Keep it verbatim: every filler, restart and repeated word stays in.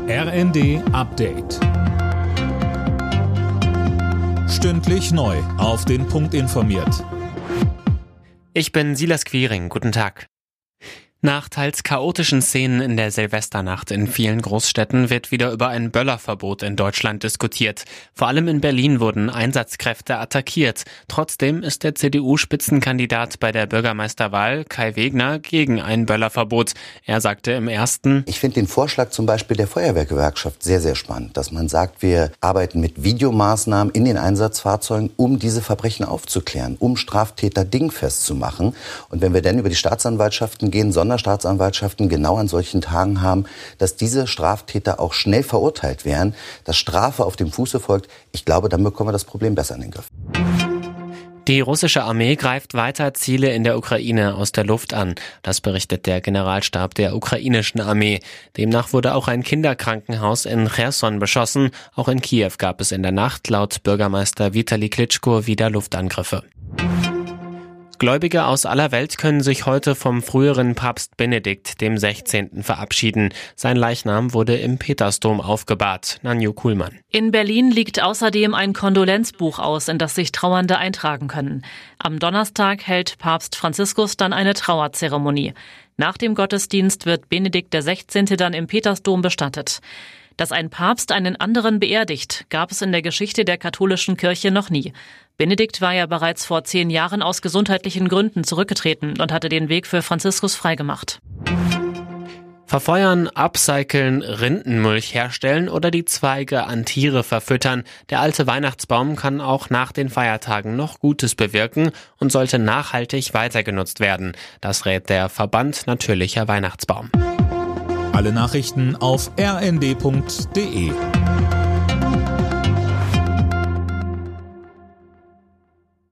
R N D Update. Stündlich neu auf den Punkt informiert. Ich bin Silas Quiring. Guten Tag. Nach teils chaotischen Szenen in der Silvesternacht in vielen Großstädten wird wieder über ein Böllerverbot in Deutschland diskutiert. Vor allem in Berlin wurden Einsatzkräfte attackiert. Trotzdem ist der C D U-Spitzenkandidat bei der Bürgermeisterwahl, Kai Wegner, gegen ein Böllerverbot. Er sagte im ersten: Ich finde den Vorschlag zum Beispiel der Feuerwehrgewerkschaft sehr, sehr spannend, dass man sagt, wir arbeiten mit Videomaßnahmen in den Einsatzfahrzeugen, um diese Verbrechen aufzuklären, um Straftäter dingfest zu machen. Und wenn wir dann über die Staatsanwaltschaften gehen, Sonderstaatsanwaltschaften genau an solchen Tagen haben, dass diese Straftäter auch schnell verurteilt werden, dass Strafe auf dem Fuße folgt, ich glaube, dann bekommen wir das Problem besser in den Griff. Die russische Armee greift weiter Ziele in der Ukraine aus der Luft an. Das berichtet der Generalstab der ukrainischen Armee. Demnach wurde auch ein Kinderkrankenhaus in Cherson beschossen. Auch in Kiew gab es in der Nacht laut Bürgermeister Vitali Klitschko wieder Luftangriffe. Gläubige aus aller Welt können sich heute vom früheren Papst Benedikt dem sechzehnten verabschieden. Sein Leichnam wurde im Petersdom aufgebahrt. Nanju Kuhlmann. In Berlin liegt außerdem ein Kondolenzbuch aus, in das sich Trauernde eintragen können. Am Donnerstag hält Papst Franziskus dann eine Trauerzeremonie. Nach dem Gottesdienst wird Benedikt der sechzehnte dann im Petersdom bestattet. Dass ein Papst einen anderen beerdigt, gab es in der Geschichte der katholischen Kirche noch nie. Benedikt war ja bereits vor zehn Jahren aus gesundheitlichen Gründen zurückgetreten und hatte den Weg für Franziskus freigemacht. Verfeuern, upcyclen, Rindenmulch herstellen oder die Zweige an Tiere verfüttern. Der alte Weihnachtsbaum kann auch nach den Feiertagen noch Gutes bewirken und sollte nachhaltig weitergenutzt werden. Das rät der Verband Natürlicher Weihnachtsbaum. Alle Nachrichten auf r n d punkt d e.